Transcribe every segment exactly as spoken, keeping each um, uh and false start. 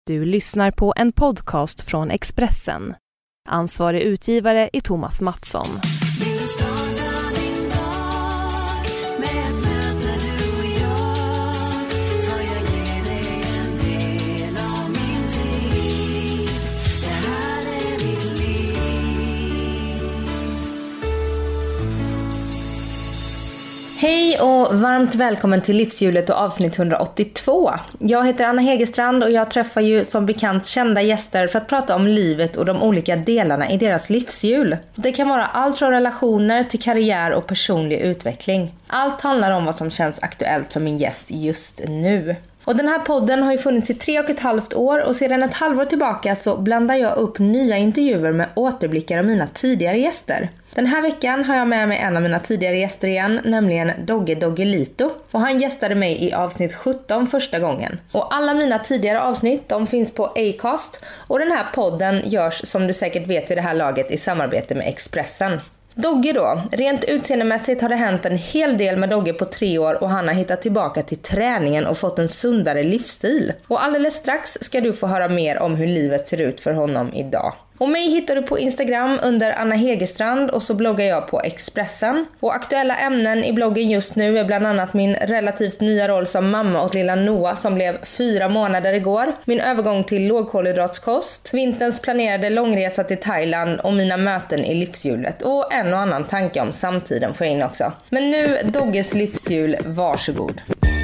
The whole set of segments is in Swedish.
Du lyssnar på en podcast från Expressen. Ansvarig utgivare är Thomas Mattsson. Hej och varmt välkommen till Livshjulet och avsnitt hundraåttiotvå. Jag heter Anna Hegerstrand och jag träffar ju som bekant kända gäster för att prata om livet och de olika delarna i deras livshjul. Det kan vara allt från relationer till karriär och personlig utveckling. Allt handlar om vad som känns aktuellt för min gäst just nu. Och den här podden har ju funnits i tre och ett halvt år och sedan ett halvår tillbaka så blandar jag upp nya intervjuer med återblickar av mina tidigare gäster. Den här veckan har jag med mig en av mina tidigare gäster igen, nämligen Dogge Doggelito. Och han gästade mig i avsnitt sjutton första gången. Och alla mina tidigare avsnitt, de finns på Acast. Och den här podden görs, som du säkert vet vid det här laget, i samarbete med Expressen. Dogge då, rent utseendemässigt har det hänt en hel del med Dogge på tre år och han har hittat tillbaka till träningen och fått en sundare livsstil. Och alldeles strax ska du få höra mer om hur livet ser ut för honom idag. Och mig hittar du på Instagram under Anna Hegerstrand och så bloggar jag på Expressen. Och aktuella ämnen i bloggen just nu är bland annat min relativt nya roll som mamma åt lilla Noah som blev fyra månader igår. Min övergång till lågkolhydratskost, vinterns planerade långresa till Thailand och mina möten i livshjulet. Och en och annan tanke om samtiden får jag in också. Men nu Dogges livshjul, varsågod.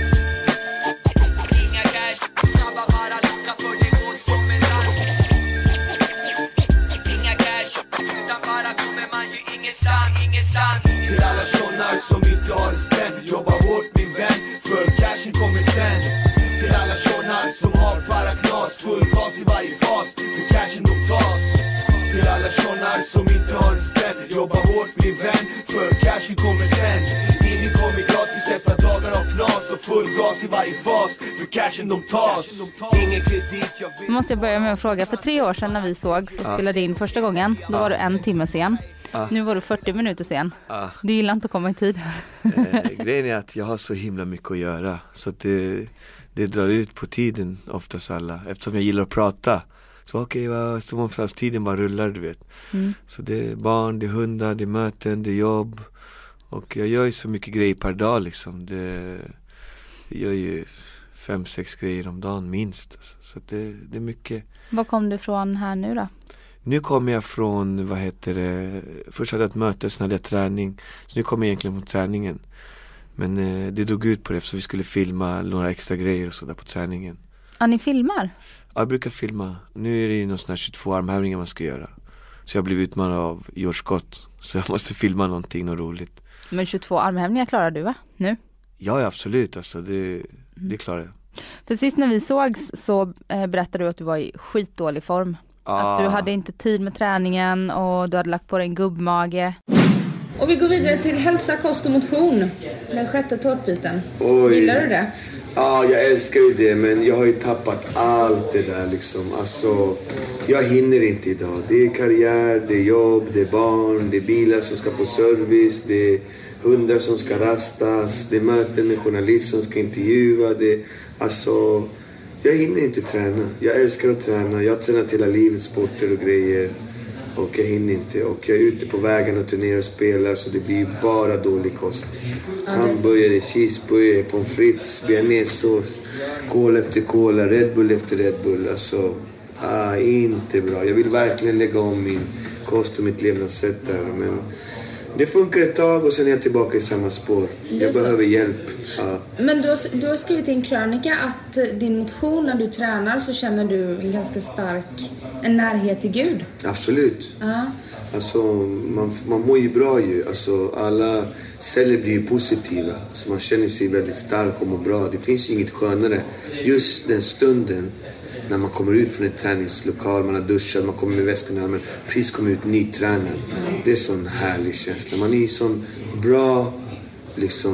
Till alla tjonnar som inte har det spänn, jobba hårt min vän, för cashen kommer sen. Till alla tjonnar som har paraknas, full gas i varje fas, för cashen de tas. Till alla tjonnar som inte har det spänn, jobba hårt min vän, för cashen kommer sen. Ingen kommer gratis dessa dagar av knas, och full gas i varje fas, för cashen de tas. Ingen kredit, jag vill... Måste jag börja med att fråga, för tre år sedan när vi såg så spelade in första gången, då var du en timme sen. Ah. Nu var du fyrtio minuter sen. Ah. Du gillar inte att komma i tid. eh, grejen är att jag har så himla mycket att göra. Så att det, det drar ut på tiden oftast alla. Eftersom jag gillar att prata. Så okej, okay, som oftast tiden bara rullar, du vet. Mm. Så det är barn, det är hundar, det är möten, det är jobb. Och jag gör ju så mycket grejer per dag liksom. Det, jag gör ju fem, sex grejer om dagen minst. Så att det, det är mycket. Var kom du från här nu då? Nu kommer jag från, vad heter det, först hade jag ett möte, sen hade jag träning. Så nu kommer jag egentligen från träningen. Men eh, det dog ut på det, så vi skulle filma några extra grejer och sådär på träningen. Ja, ni filmar? Ja, jag brukar filma. Nu är det ju någon sån här tjugotvå armhävningar man ska göra. Så jag blev utmanad av George Scott. Så jag måste filma någonting, något roligt. Men tjugotvå armhävningar klarar du va? Nu? Ja, absolut. Alltså, det, det klarar jag. För sist när vi sågs så eh, berättade du att du var i skitdålig form. Att du hade inte tid med träningen och du hade lagt på dig en gubbmage. Och vi går vidare till hälsa, kost och motion. Den sjätte tårtbiten. Oj. Gillar du det? Ja, jag älskar ju det, men jag har ju tappat allt det där liksom. Alltså, jag hinner inte idag. Det är karriär, det är jobb, det är barn, det är bilar som ska på service, det är hundar som ska rastas, det är möten med journalister som ska intervjua, det är, alltså... Jag hinner inte träna. Jag älskar att träna. Jag tränar till hela livet, sporter och grejer. Och jag hinner inte. Och jag är ute på vägen och turnerar och spelar, så det blir bara dålig kost. Ja, hamburgare, cheeseburgare, pommes frites, bearnaisesås, cola efter cola, Red Bull efter Red Bull. Alltså, ah, inte bra. Jag vill verkligen lägga om min kost och mitt levnadssätt där. Men det funkar ett tag och sen är jag tillbaka i samma spår. Jag behöver hjälp. Ja. Men du har, du har skrivit i en krönika att din motion, när du tränar så känner du en ganska stark en närhet till Gud. Absolut. Uh-huh. Alltså, man, man mår ju bra ju. Alltså, alla celler blir ju positiva. Så man känner sig väldigt stark och mår bra. Det finns ju inget skönare. Just den stunden när man kommer ut från ett träningslokal, man har duschat, man kommer med väskorna, men precis kommer ut nytränad. Det är sån härlig känsla. Man är i sån bra liksom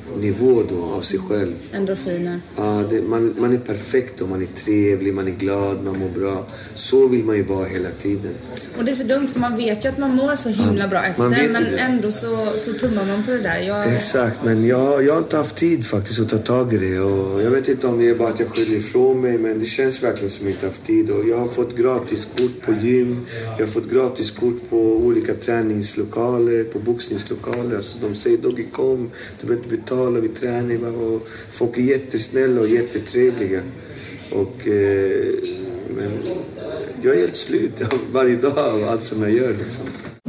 nivå då av sig själv. Endorfiner. Ja, det, man, man är perfekt och man är trevlig, man är glad, man mår bra. Så vill man ju vara hela tiden. Och det är så dumt för man vet ju att man mår så himla bra efter. Men ändå så, så tummar man på det där. Jag... Exakt, men jag, jag har inte haft tid faktiskt att ta tag i det. Och jag vet inte om det är bara att jag skyller ifrån mig, men det känns verkligen som jag inte haft tid. Och jag har fått gratis kort på gym. Jag har fått gratis kort på olika träningslokaler, på boxningslokaler. Alltså de säger Doggy kom, du behöver inte betala vid träning. Och folk är jättesnälla och jättetrevliga. Och, eh, men jag är helt slut varje dag av allt som jag gör liksom.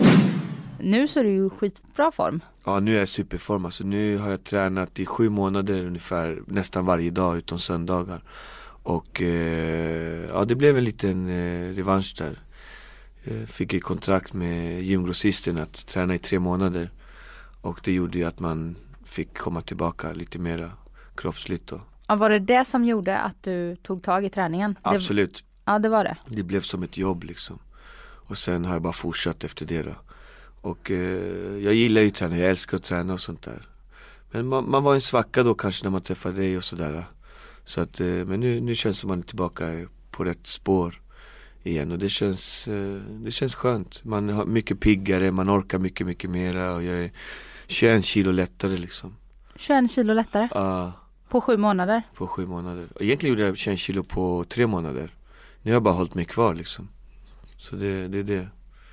Nu så är du ju i skitbra form. Ja, nu är jag superform. Alltså, nu har jag tränat i sju månader ungefär, nästan varje dag utom söndagar. Och eh, ja, det blev en liten eh, revansch där. Jag fick ett kontrakt med gymgrossisten att träna i tre månader. Och det gjorde ju att man fick komma tillbaka lite mera kroppsligt då. Ja, var det det som gjorde att du tog tag i träningen? Absolut. Det, ja, det var det. Det blev som ett jobb liksom. Och sen har jag bara fortsatt efter det då. Och eh, jag gillar ju träna, jag älskar att träna och sånt där. Men man, man var en svacka då kanske när man träffade dig och sådär. Så att, eh, men nu, nu känns det som man är tillbaka på rätt spår igen. Och det känns, eh, det känns skönt. Man har mycket piggare, man orkar mycket, mycket mera. Och jag är tjugoett kilo lättare liksom. tjugoett kilo lättare? Ja. Uh, på sju månader? På sju månader. Och egentligen gjorde jag tjugoett kilo på tre månader. Nu har jag bara hållit mig kvar liksom. Så det, det är det.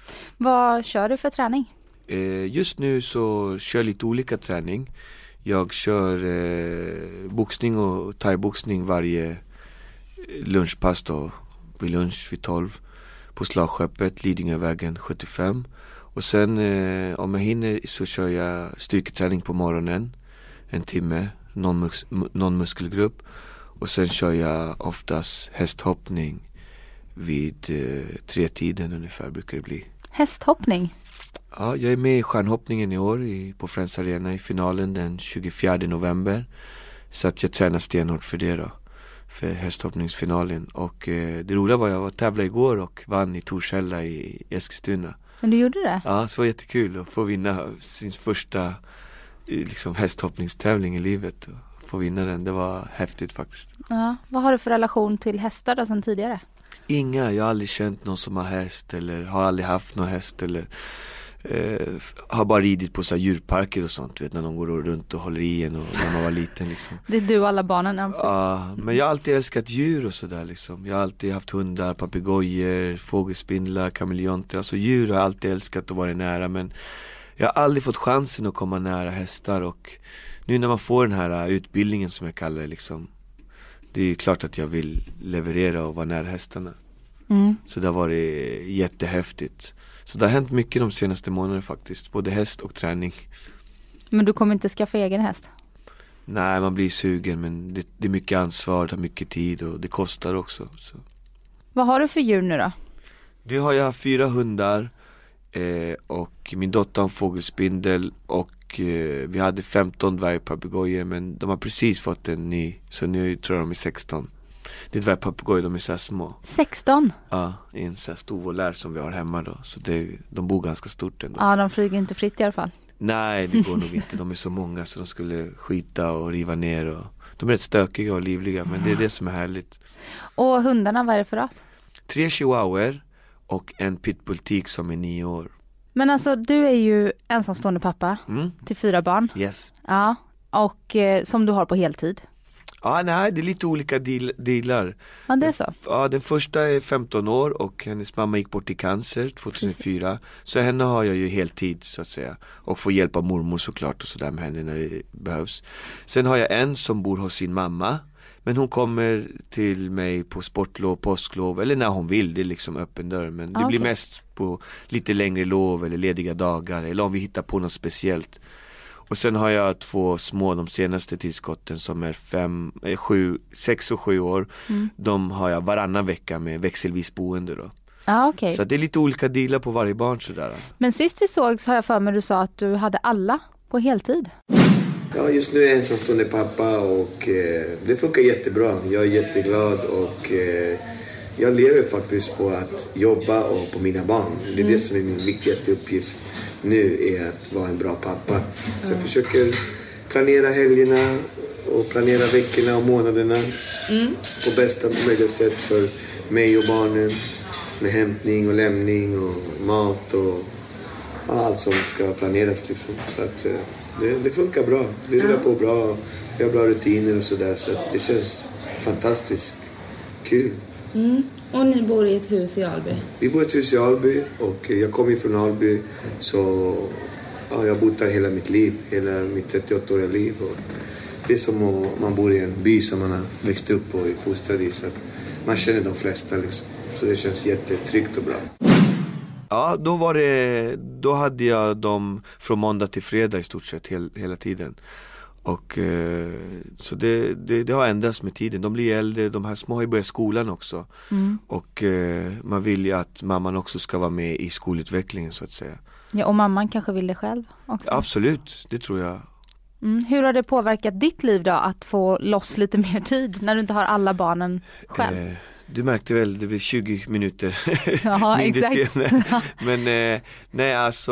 Vad kör du för träning? Eh, just nu så kör jag lite olika träning. Jag kör eh, boxning och thaiboxning varje lunchpass då. Vid lunch vid tolv. På Slagskeppet, Lidingövägen sjuttiofem. Och sen eh, om jag hinner så kör jag styrketräning på morgonen. En timme, någon, mus- någon muskelgrupp. Och sen kör jag oftast hästhoppning vid eh, tre tiden ungefär brukar det bli. Hästhoppning? Ja, jag är med i stjärnhoppningen i år i, på Friends Arena i finalen den tjugofjärde november. Så att jag tränar stenhårt för det då. För hästhoppningsfinalen. Och eh, det roliga var att jag var tävla igår och vann i Torshälla i Eskilstuna. Men du gjorde det? Ja, så det var jättekul att få vinna sin första liksom, hästhoppningstävling i livet. Och få vinna den, det var häftigt faktiskt. Ja, vad har du för relation till hästar då sedan tidigare? Inga, jag har aldrig känt någon som har häst eller har aldrig haft någon häst eller eh, har bara ridit på så här djurparker och sånt, vet, när de går runt och håller i en och när man var liten liksom. Det är du och alla barnen. Ja, ja, men jag har alltid älskat djur och sådär liksom. Jag har alltid haft hundar, papegojor, fågelspindlar, kameleonter, alltså djur har jag alltid älskat att vara nära, men jag har aldrig fått chansen att komma nära hästar. Och nu när man får den här utbildningen som jag kallar det liksom, det är klart att jag vill leverera och vara nära hästarna. Mm. Så det har varit jättehäftigt. Så det har hänt mycket de senaste månaderna faktiskt. Både häst och träning. Men du kommer inte skaffa egen häst? Nej, man blir sugen. Men det, det är mycket ansvar, det tar mycket tid och det kostar också. Så. Vad har du för djur nu då? Nu har jag fyra hundar. Eh, och min dotter har en fågelspindel. Och eh, vi hade femton dvärgpapegojor. Men de har precis fått en ny. Så nu tror jag de är sexton. Det är dvärgpapegojor, de är så här små. sexton? Ja, i en så här stor volär som vi har hemma då. Så det, de bor ganska stort ändå. Ja, de flyger inte fritt i alla fall. Nej, det går nog inte. De är så många så de skulle skita och riva ner. Och, de är rätt stökiga och livliga, men det är det som är härligt. Och hundarna, vad är det för ras? Tre chihuahuor och en pitbulltik som är nio år. Men alltså, du är ju ensamstående pappa mm. till fyra barn. Yes. Ja, och eh, som du har på heltid. Ja, nej, det är lite olika deal, dealar. Ja, det är så. Ja, den första är femton år och hennes mamma gick bort i cancer tjugohundrafyra. Precis. Så henne har jag ju heltid så att säga. Och får hjälp av mormor såklart och sådär med henne när det behövs. Sen har jag en som bor hos sin mamma. Men hon kommer till mig på sportlov, påsklov eller när hon vill. Det är liksom öppen dörr. Men det ah, blir okay. mest på lite längre lov eller lediga dagar. Eller om vi hittar på något speciellt. Och sen har jag två små, de senaste tillskotten som är fem, sju, sex och sju år. Mm. De har jag varannan vecka med växelvis boende då. Ah, okay. Så det är lite olika dealar på varje barn sådär. Men sist vi såg så har jag för mig du sa att du hade alla på heltid. Ja, just nu är jag ensamstående pappa och eh, det funkar jättebra. Jag är jätteglad och eh, jag lever faktiskt på att jobba och på mina barn. Det är mm. det som är min viktigaste uppgift nu, är att vara en bra pappa. Så jag försöker planera helgerna och planera veckorna och månaderna mm. på bästa möjliga sätt för mig och barnen. Med hämtning och lämning och mat och ja, allt som ska planeras liksom. Så att det, det funkar bra. Vi rullar på bra. Vi har bra rutiner och sådär. Så att det känns fantastiskt kul. Mm. Och ni bor i ett hus i Alby? Vi bor i ett hus i Alby och jag kommer från Alby. Så ja, jag har bott där hela mitt liv. Hela mitt trettioåtta-åriga liv. Och det är som att man bor i en by som man har växt upp och är fostrad i. Så att man känner de flesta liksom. Så det känns jättetryggt och bra. Ja, då var det, då hade jag dem från måndag till fredag i stort sett hel, hela tiden. Och eh, så det, det, det har ändrats med tiden. De blir äldre, de här små har ju börjat skolan också. Mm. Och eh, man vill ju att mamman också ska vara med i skolutvecklingen så att säga. Ja, och mamman kanske vill det själv också. Absolut, det tror jag. Mm. Hur har det påverkat ditt liv då att få loss lite mer tid när du inte har alla barnen själv? Eh, Du märkte väl, det blir tjugo minuter. Jaha, exakt. Men eh, nej alltså,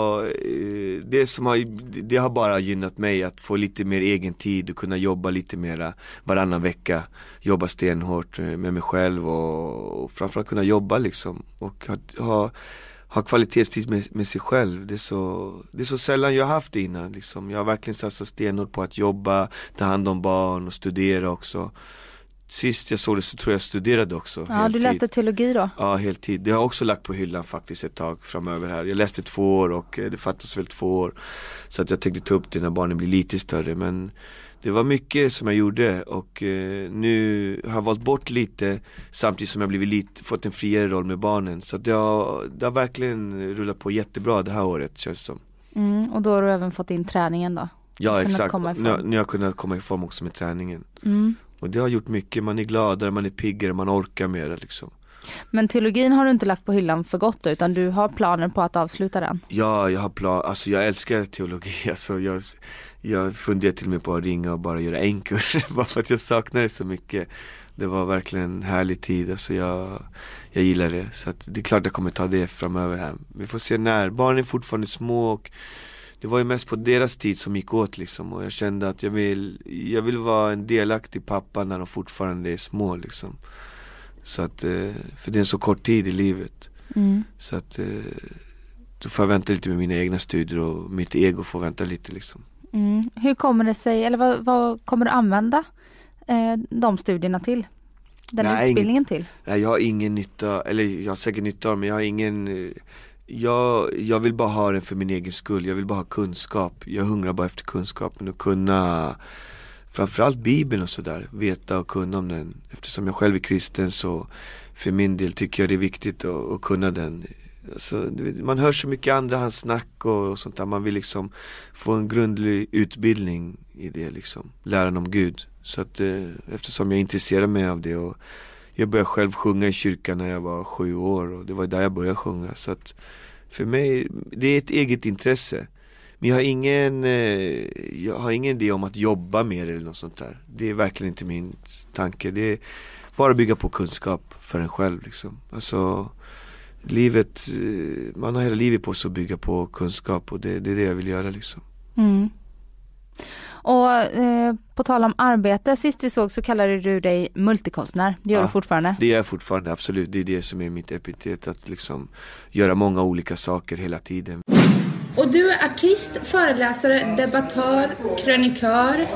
eh, det som har, det har bara gynnat mig att få lite mer egen tid och kunna jobba lite mera varannan vecka. Jobba stenhårt med mig själv och, och framförallt kunna jobba liksom. Och ha, ha, ha kvalitetstid med, med sig själv. Det är, så, det är så sällan jag har haft det innan liksom. Jag har verkligen satsat stenhårt på att jobba, ta hand om barn och studera också. Sist jag såg det så tror jag studerade också. Ja, heltid. Du läste teologi då? Ja, heltid. Det har jag också lagt på hyllan faktiskt ett tag framöver här. Jag läste två år och det fattas väl två år. Så att jag tänkte ta upp det när barnen blir lite större. Men det var mycket som jag gjorde och eh, nu har jag valt bort lite samtidigt som jag blivit lite, fått en friare roll med barnen. Så att det har, det har verkligen rullat på jättebra det här året känns det som. Mm, och då har du även fått in träningen då? Ja, exakt. Nu, nu har jag kunnat komma i form också med träningen. Mm. Och det har gjort mycket, man är gladare, man är piggare, man orkar mer liksom. Men teologin har du inte lagt på hyllan för gott då, utan du har planer på att avsluta den? Ja, jag har plan, alltså jag älskar teologi, alltså jag, jag funderar till och med på att ringa och bara göra en kurs, bara för att jag saknar det så mycket. Det var verkligen en härlig tid, alltså jag, jag gillar det, så att det är klart jag kommer ta det framöver här. Vi får se när, barnen är fortfarande små och det var ju mest på deras tid som gick åt liksom. Och jag kände att jag vill, jag vill vara en delaktig pappa när de fortfarande är små liksom. Så att, för det är en så kort tid i livet. Mm. Så att då får jag vänta lite med mina egna studier och mitt ego får vänta lite liksom. Mm. Hur kommer det sig, eller vad, vad kommer du använda eh, de studierna till? Den nej, utbildningen inget, till? Nej, jag har ingen nytta, eller jag har säkert nytta men jag har ingen... Jag, jag vill bara ha den för min egen skull. Jag vill bara ha kunskap. Jag hungrar bara efter kunskapen och kunna framförallt Bibeln och sådär, veta och kunna om den. Eftersom jag själv är kristen så för min del tycker jag det är viktigt att, att kunna den. Alltså, man hör så mycket andra hans snack och, och sånt där. Man vill liksom få en grundlig utbildning i det liksom. Läran om Gud. Så att eh, eftersom jag intresserar mig av det och jag började själv sjunga i kyrkan när jag var sju år och det var där jag började sjunga. Så att för mig, det är ett eget intresse. Men jag har ingen, jag har ingen idé om att jobba mer eller något sånt där. Det är verkligen inte min tanke. Det är bara bygga på kunskap för en själv liksom. Alltså, livet, man har hela livet på sig att bygga på kunskap och det, det är det jag vill göra liksom. Mm. Och eh, på tal om arbete, sist vi såg så kallade du dig multikonstnär. Det gör ja, du fortfarande? Det gör jag fortfarande, absolut. Det är det som är mitt epitet, att liksom göra många olika saker hela tiden. Och du är artist, föreläsare, debattör, krönikör,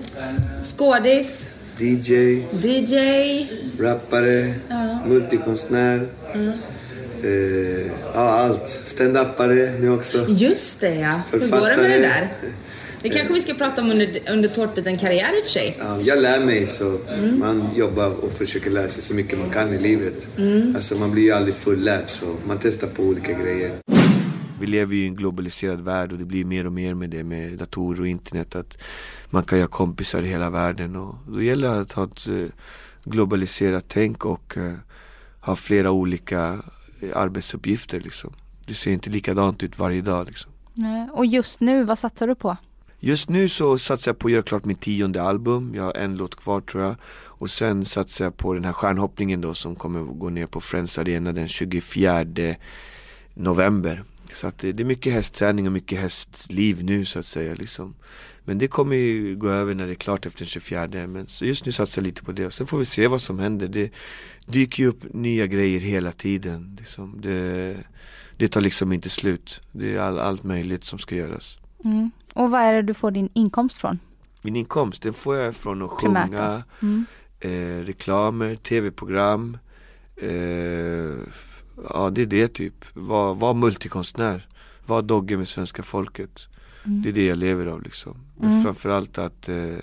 skådis, D J, D J, rappare, ja. multikonstnär. Mm. Uh, ja, allt. Stand-upare nu också. Just det, ja. Hur går det med det där? Det kanske vi ska prata om under, under tårtbiten karriär i och för sig. Ja, jag lär mig så. Mm. Man jobbar och försöker lära sig så mycket man kan i livet. Mm. Alltså man blir ju aldrig fullärd så man testar på olika grejer. Vi lever ju i en globaliserad värld och det blir mer och mer med det med datorer och internet. Att man kan göra kompisar i hela världen och då gäller det att ha ett globaliserat tänk och uh, ha flera olika arbetsuppgifter liksom. Det ser inte likadant ut varje dag liksom. Nej. Och just nu, vad satsar du på? Just nu så satsar jag på att göra klart min tionde album. Jag har en låt kvar tror jag. Och sen satsar jag på den här stjärnhoppningen då som kommer att gå ner på Friends Arena den tjugofjärde november. Så att det är mycket hästträning och mycket hästliv nu så att säga liksom. Men det kommer ju gå över när det är klart efter den tjugofjärde. Men så just nu satsar jag lite på det. Och sen får vi se vad som händer. Det dyker ju upp nya grejer hela tiden. Liksom. Det, det tar liksom inte slut. Det är all, allt möjligt som ska göras. Mm. Och vad är det du får din inkomst från? Min inkomst, den får jag från att sjunga, mm. eh, reklamer, tv-program. Eh, ja, det är det typ. Var, var multikonstnär. Var dogge med svenska folket. Mm. Det är det jag lever av liksom. Mm. Framförallt att eh,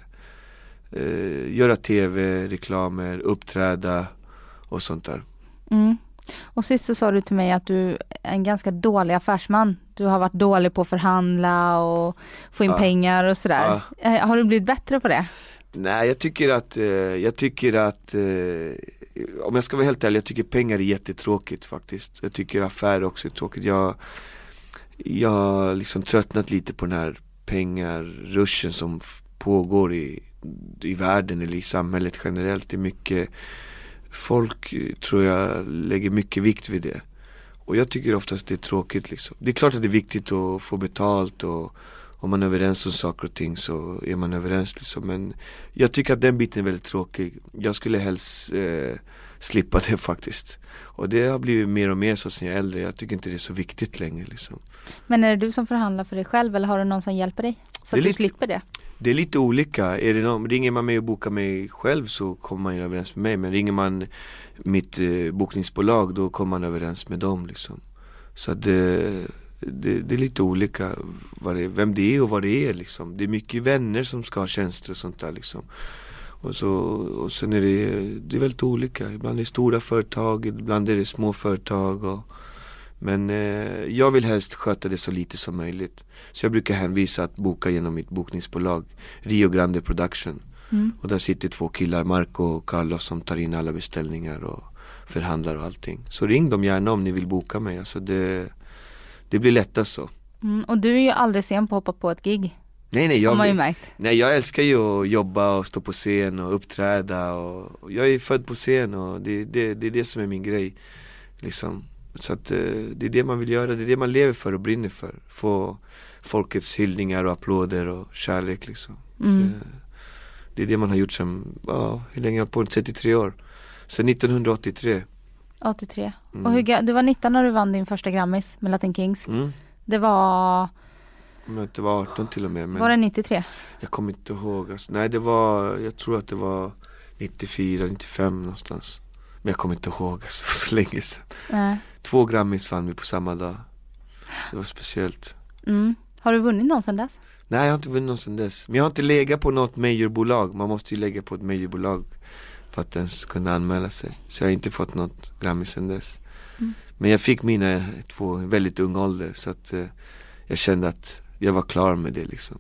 eh, göra tv, reklamer, uppträda och sånt där. Mm. Och sist så sa du till mig att du är en ganska dålig affärsman. Du har varit dålig på att förhandla och få in ja. pengar och sådär. Ja. Har du blivit bättre på det? Nej, jag tycker att eh, jag tycker att eh, om jag ska vara helt ärlig, jag tycker pengar är jättetråkigt faktiskt. Jag tycker affärer också är tråkigt. Jag Jag har liksom tröttnat lite på den här pengarruschen som f- pågår i, i världen eller i samhället generellt. Det är mycket, folk tror jag lägger mycket vikt vid det. Och jag tycker oftast det är tråkigt liksom. Det är klart att det är viktigt att få betalt och om man är överens om saker och ting så är man överens liksom. Men jag tycker att den biten är väldigt tråkig. Jag skulle helst eh, slippa det faktiskt. Och det har blivit mer och mer så sen jag är äldre. Jag tycker inte det är så viktigt längre liksom. Men är det du som förhandlar för dig själv eller har du någon som hjälper dig? Så att du lite, slipper det? Det är lite olika. Är det någon, ringer man mig och bokar mig själv så kommer man ju överens med mig. Men ringer man mitt eh, bokningsbolag då kommer man överens med dem liksom. Så att det, det, det är lite olika vad det, vem det är och vad det är liksom. Det är mycket vänner som ska ha tjänster och sånt där liksom. Och, så, och sen är det, det är väldigt olika. Ibland är det stora företag, ibland är det små företag. Och, men eh, jag vill helst sköta det så lite som möjligt. Så jag brukar hänvisa att boka genom mitt bokningsbolag Rio Grande Production. Mm. Och där sitter två killar, Marco och Carlos, som tar in alla beställningar och förhandlar och allting. Så ring dem gärna om ni vill boka mig. Alltså det, det blir lättast så. Mm, och du är ju aldrig sen på att hoppa på ett gig. Nej, nej, jag, ju märkt. nej, jag älskar ju att jobba och stå på scen och uppträda och, och jag är född på scen och det, det, det är det som är min grej liksom. Så att det är det man vill göra, det är det man lever för och brinner för. Få folkets hyllningar och applåder och kärlek liksom. Mm. Det, det är det man har gjort sedan, ja, hur länge har jag på, trettiotre år. Sedan nittonhundraåttiotre. åttiotre. Mm. Och hur, du var nitton när du vann din första Grammis med Latin Kings. Mm. Det var... Om jag inte var arton till och med. Men var det nittiotre? Jag kommer inte ihåg. Alltså, nej, det var, jag tror att det var nittiofyra, nittiofem någonstans. Men jag kommer inte ihåg, alltså, så länge sedan. Nej. Två Grammis vann vi på samma dag. Så det var speciellt. Mm. Har du vunnit någon sedan dess? Nej, jag har inte vunnit någon sedan dess. Men jag har inte legat på något majorbolag. Man måste ju lägga på ett majorbolag för att ens kunna anmäla sig. Så jag har inte fått något Grammis sedan dess. Mm. Men jag fick mina två väldigt ung ålder. Så att eh, jag kände att jag var klar med det liksom.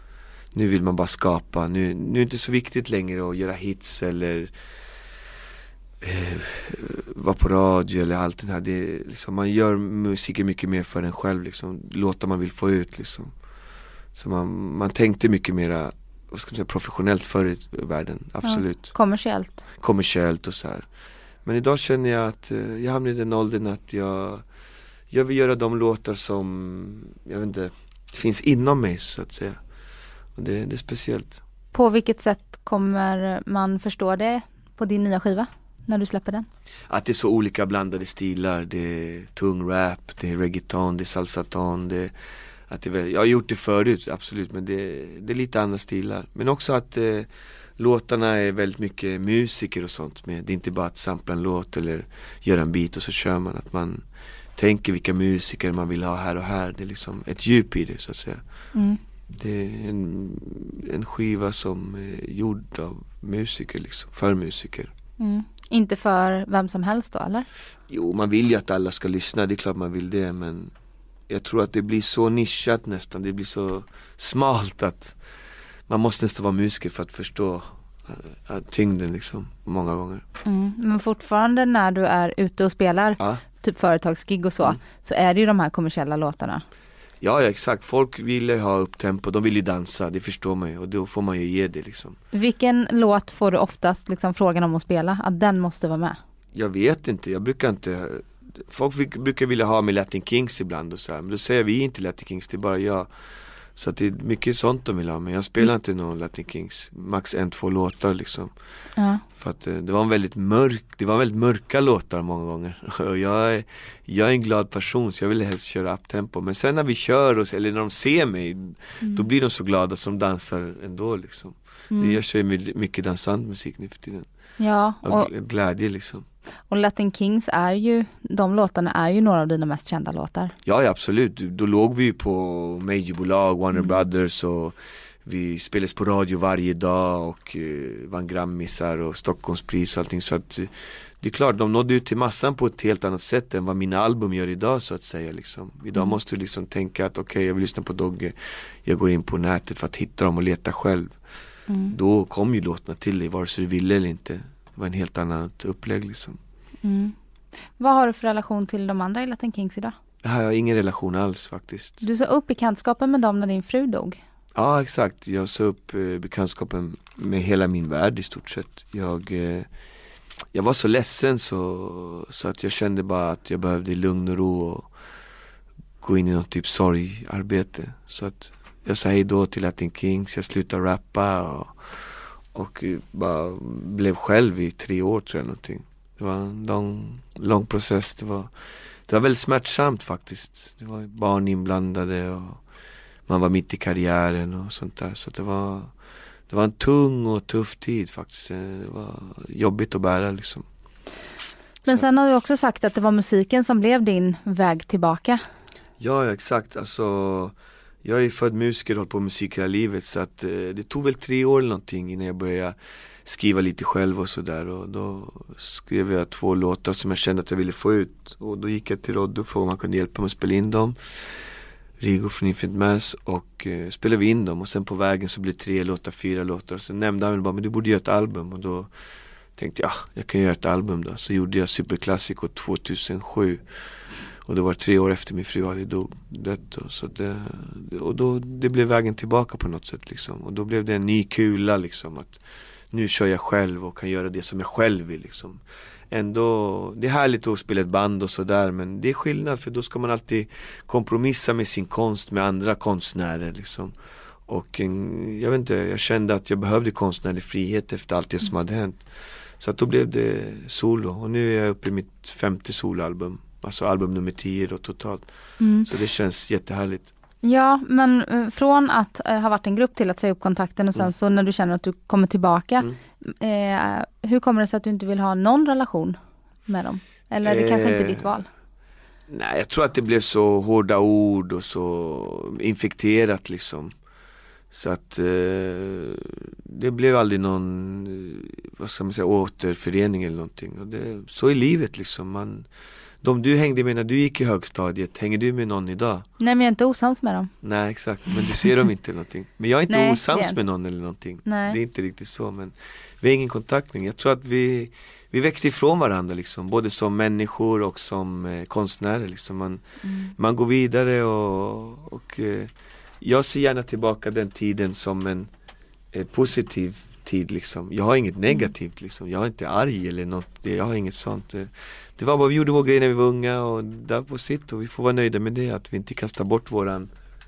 Nu vill man bara skapa. Nu, nu är det inte så viktigt längre att göra hits eller eh, vara på radio eller allt det här. Det är, liksom, man gör musiken mycket mer för en själv liksom. Låtar man vill få ut liksom. Så man, man tänkte mycket mer, vad ska man säga, professionellt förr i världen, absolut. Ja, kommersiellt. Kommersiellt och så här. Men idag känner jag att eh, jag hamnar i den åldern att jag, jag vill göra de låtar som, jag vet inte, finns inom mig så att säga. Och det, det är speciellt. På vilket sätt kommer man förstå det på din nya skiva när du släpper den? Att det är så olika blandade stilar. Det är tung rap, det är reggaeton, det är salsaton, det är, att det är, jag har gjort det förut, absolut, men det, det är lite andra stilar. Men också att eh, låtarna är väldigt mycket musiker och sånt med. Det är inte bara att sampla en låt eller göra en beat och så kör man. Att man tänker vilka musiker man vill ha här och här. Det är liksom ett djup i det så att säga. Mm. Det är en, en skiva som är gjord av musiker liksom, för musiker. Mm. Inte för vem som helst då, eller? Jo, man vill ju att alla ska lyssna, det är klart man vill det, men jag tror att det blir så nischat nästan, det blir så smalt att man måste nästan vara musiker för att förstå äh, tyngden liksom, många gånger. Mm. Men fortfarande när du är ute och spelar, ja, typ företagsgig och så, mm, så är det ju de här kommersiella låtarna. Ja, ja, exakt. Folk vill ju ha upp tempo, de vill ju dansa, det förstår man ju, och då får man ju ge det liksom. Vilken låt får du oftast liksom frågan om att spela? Att den måste vara med? Jag vet inte, jag brukar inte. Folk brukar vilja ha med Latin Kings ibland och så här, men då säger vi inte Latin Kings, det är bara jag. Så att det är mycket sånt de vill ha. Men jag spelar inte någon Latin Kings. Max en, två låtar liksom. Ja. För att det var en väldigt mörk, det var väldigt mörka låtar många gånger. Och jag är, jag är en glad person, så jag vill helst köra uptempo. Men sen när vi kör oss, eller när de ser mig, mm. då blir de så glada som dansar ändå liksom. Mm. Det, jag kör mycket dansant musik nu för tiden. Ja, och, och glädje liksom. Och Latin Kings är ju, de låtarna är ju några av dina mest kända låtar. Ja, ja absolut. Då låg vi på majorbolag, Warner mm. Brothers, och vi spelades på radio varje dag och uh, vann Grammisar och Stockholmspris och allting. Så att uh, det är klart, de nådde ut till massan på ett helt annat sätt än vad mina album gör idag, så att säga liksom. Idag mm. måste du liksom tänka att okej, okay, jag vill lyssna på Dogge. Jag går in på nätet för att hitta dem och leta själv. Mm. Då kom ju låtarna till dig, vare sig du ville eller inte. Det var en helt annat upplägg liksom. Mm. Vad har du för relation till de andra i Latin Kings idag? Jag har ingen relation alls faktiskt. Du sa upp bekantskapen med dem när din fru dog. Ja, exakt. Jag sa upp eh, bekantskapen med hela min värld i stort sett. Jag, eh, jag var så ledsen så, så att jag kände bara att jag behövde lugn och ro och gå in i något typ sorgarbete. Så att jag sa hej då till Latin Kings, jag slutade rappa och, och bara blev själv i tre år tror jag någonting. Det var en lång, lång process. Det var, det var väldigt smärtsamt faktiskt. Det var barn inblandade och man var mitt i karriären och sånt där. Så det var, det var en tung och tuff tid faktiskt. Det var jobbigt att bära liksom. Men så. Sen har du också sagt att det var musiken som blev din väg tillbaka. Ja, exakt. Alltså, jag är född musiker och hållit på musik hela livet. Så att, det tog väl tre år eller någonting innan jag började skriva lite själv och sådär. Och då skrev jag två låtar som jag kände att jag ville få ut. Och då gick jag till Roddo för om man kunde hjälpa mig att spela in dem. Rigo från Infinite Mass, och eh, spelade vi in dem. Och sen på vägen så blev det tre låtar, fyra låtar. Och sen nämnde han bara, men du borde göra ett album. Och då tänkte jag, ja, jag kan göra ett album då. Så gjorde jag Superklassiko tvåtusensju. Och det var tre år efter min fru hade dött. Och, så det, och då, det blev vägen tillbaka på något sätt liksom. Och då blev det en ny kula liksom. Att nu kör jag själv och kan göra det som jag själv vill liksom. Ändå, det är härligt att spela ett band och sådär, men det är skillnad, för då ska man alltid kompromissa med sin konst med andra konstnärer liksom. Och en, jag vet inte, jag kände att jag behövde konstnärlig frihet efter allt det som hade hänt. Så att då blev det solo, och nu är jag uppe i mitt femte soloalbum, alltså album nummer tio då totalt. Mm. Så det känns jättehärligt. Ja, men från att eh, ha varit en grupp till att säga upp kontakten och sen mm. så när du känner att du kommer tillbaka, mm. eh, hur kommer det sig att du inte vill ha någon relation med dem? Eller det eh, kanske inte är ditt val? Nej, jag tror att det blev så hårda ord och så infekterat liksom. Så att eh, det blev aldrig någon, vad ska man säga, återförening eller någonting. Och det, så är livet liksom. Man... De du hängde med när du gick i högstadiet, hänger du med någon idag? Nej, men jag är inte osams med dem. Nej, exakt. Men du ser dem inte någonting. Men jag är inte Nej, osams med någon eller någonting. Nej. Det är inte riktigt så, men vi har ingen kontakt. Jag tror att vi, vi växte ifrån varandra liksom. Både som människor och som eh, konstnärer liksom. Man, mm. man går vidare och, och eh, jag ser gärna tillbaka den tiden som en eh, positiv tid liksom. Jag har inget negativt liksom. Jag är inte arg eller något. Jag har inget sånt. Det var bara, vi gjorde vår grej när vi var unga och där på sitt, och vi får vara nöjda med det, att vi inte kastar bort våran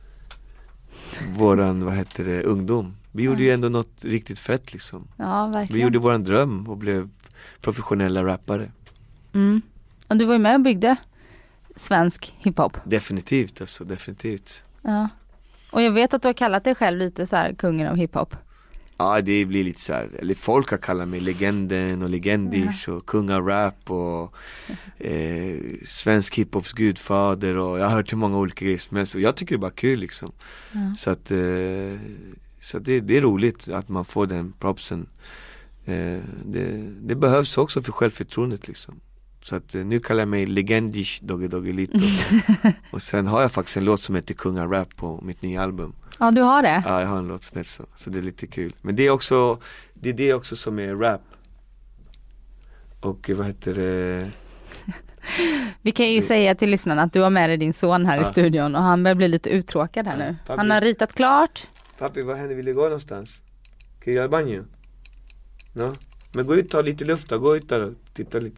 våran, vad heter det, ungdom. Vi gjorde mm. ju ändå något riktigt fett liksom. Ja, verkligen. Vi gjorde våran dröm och blev professionella rappare. Mm. Och du var ju med och byggde svensk hiphop. Definitivt alltså, definitivt. Ja. Och jag vet att du har kallat dig själv lite så här kungen av hiphop. Ja, det blir lite så här, eller folk har kallat mig legenden och legendish mm. och kungarap och eh, svensk hiphops gudfader, och jag har hört till många olika grejer, men så jag tycker det är bara kul liksom. Mm. Så att, eh, så att det, det är roligt att man får den propsen. Eh, det, det behövs också för självförtroendet liksom. Så att eh, nu kallar jag mig legendish Dogge Doggelito. Och sen har jag faktiskt en låt som heter kungarap på mitt nya album. Ja, du har det? Ja, jag har en låt som heter så. Så det är lite kul. Men det är också, det är det också som är rap. Och vad heter det? Vi kan ju det... säga till lyssnarna att du har med dig din son här ja. i studion, och han börjar bli lite uttråkad här ja. nu. Pappi, han har ritat klart. Pappi, vad händer? Vill du gå någonstans? Kan jag göra banjo? No? Men gå ut och ta lite luft då. Gå ut där och titta lite.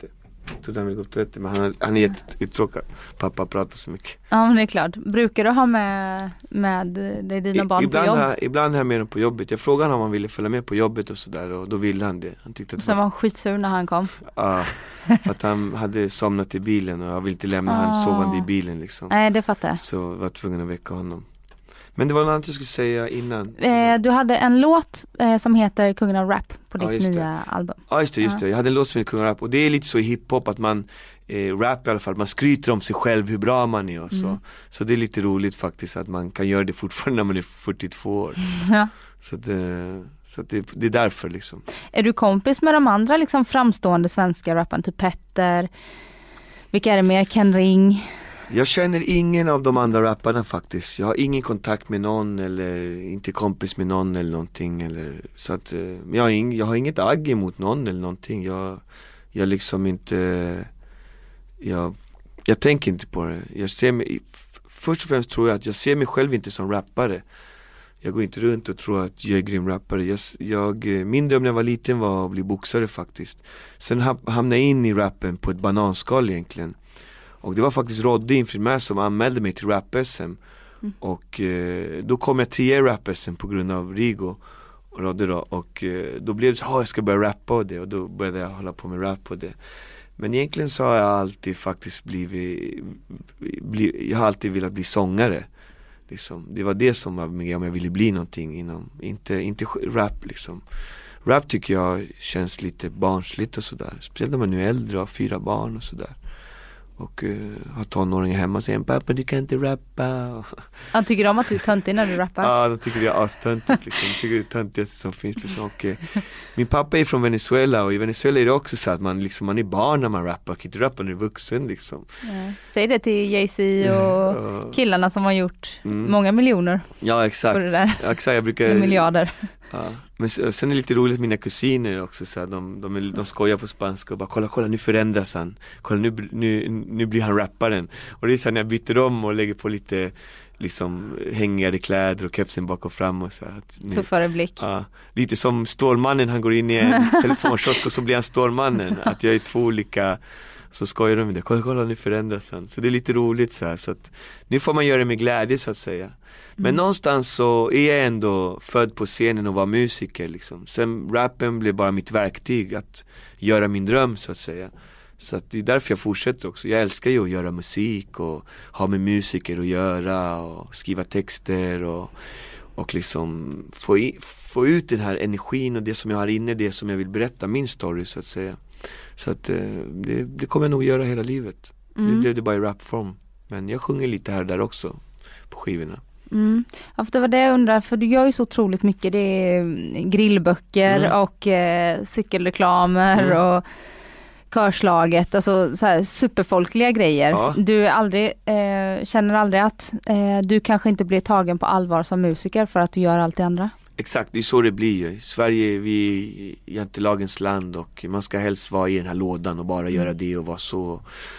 Jag trodde han ville gå på toaletten, men han, han är jätteuttråkad. Pappa pratar så mycket. Ja, men det är klart. Brukar du ha med, med dig dina barn I, ibland på jobb? Här, ibland har jag med dem på jobbet. Jag frågade honom om han ville följa med på jobbet och sådär, och då ville han det. Han tyckte att Sen var han skitsur när han kom. Ja, för att han hade somnat i bilen och jag ville inte lämna Ah. han sovande i bilen liksom. Nej, det fattar jag. Så jag var tvungen att väcka honom. Men det var något annat jag skulle säga innan. Eh, du hade en låt eh, som heter Kungen av Rap på Ja, ditt just det. nya album. Ja just det, just Ja. det. Jag hade en låt som heter Kungen av Rap. Och det är lite så i hiphop att man eh, rap i alla fall, man skryter om sig själv hur bra man är och så. Mm. Så det är lite roligt faktiskt att man kan göra det fortfarande när man är fyrtiotvå år. Ja. Så, att, eh, så att det, det är därför liksom. Är du kompis med de andra liksom framstående svenska rapparna? Typ Petter? Vilka är det mer? Ken Ring? Jag känner ingen av de andra rapparna faktiskt. Jag har ingen kontakt med någon eller inte kompis med någon eller någonting eller, så att, eh, men jag har, ing, jag har inget agg emot någon eller någonting. Jag, jag liksom inte jag, jag tänker inte på det. Jag ser mig, först och främst tror jag att jag ser mig själv inte som rappare. Jag går inte runt och tror att jag är grym rappare. Jag, jag, min dröm när jag var liten var att bli boxare faktiskt. Sen hamnade jag in i rappen på ett bananskal egentligen. Och det var faktiskt Rodde inför mig som anmälde mig till rap-S M. Mm. Och eh, då kom jag till rap-S M på grund av Rigo och Rodde då. Och eh, då blev det så, ah, jag ska börja rappa och det. Och då började jag hålla på med rap och det. Men egentligen så har jag alltid faktiskt blivit, bli, jag har alltid velat bli sångare. Liksom. Det var det som var med om jag ville bli någonting inom, inte, inte rap liksom. Rap tycker jag känns lite barnsligt och sådär. Speciellt när man nu är äldre och har fyra barn och sådär. Och uh, har tonåringar hemma och säger pappa du kan inte rappa. Han tycker om att du är töntig när du rappar. Ja, de tycker det är astöntigt liksom. De tycker det är töntigt som finns liksom. Och, uh, min pappa är från Venezuela och i Venezuela är det också så att man, liksom, man är barn när man rappar. Kan inte rappa när du är vuxen liksom. Ja. Säg det till Jay-Z och uh, killarna som har gjort mm. många miljoner. Ja exakt, det där. Ja, exakt jag brukar, miljarder. Ja. Men sen är det lite roligt mina kusiner också så här, de, de, de skojar på spanska och bara kolla, kolla nu förändras han. Kolla nu, nu, nu blir han rapparen. Och det är så här, när jag byter om och lägger på lite liksom hängigare kläder och kepsen bak och fram och så här, att nu, tuffare blick. Ja, lite som Stålmannen, han går in i en telefonkiosk och så blir han Stålmannen. Att jag är två olika, så skojar de med det. Kolla, kolla nu förändras han. Så det är lite roligt så här, så att nu får man göra det med glädje så att säga. Men mm. någonstans så är jag ändå född på scenen och var musiker liksom. Sen rappen blev bara mitt verktyg att göra min dröm så att säga. Så att det är därför jag fortsätter också. Jag älskar ju att göra musik och ha med musiker att göra och skriva texter och, och liksom få, i, få ut den här energin och det som jag har inne, det som jag vill berätta, min story så att säga. Så att det, det kommer jag nog göra hela livet. Mm. Nu blev det bara i rapform. Men jag sjunger lite här och där också på skivorna. Mm. Ja, för det var det jag undrar, för du gör ju så otroligt mycket. Det är grillböcker mm. och eh, cykelreklamer mm. och körslaget, alltså så här superfolkliga grejer. Ja. Du är aldrig, eh, känner aldrig att eh, du kanske inte blir tagen på allvar som musiker för att du gör allt det andra? Exakt, det är så det blir ju. Sverige, vi är jantelagens land och man ska helst vara i den här lådan och bara mm. göra det och vara så.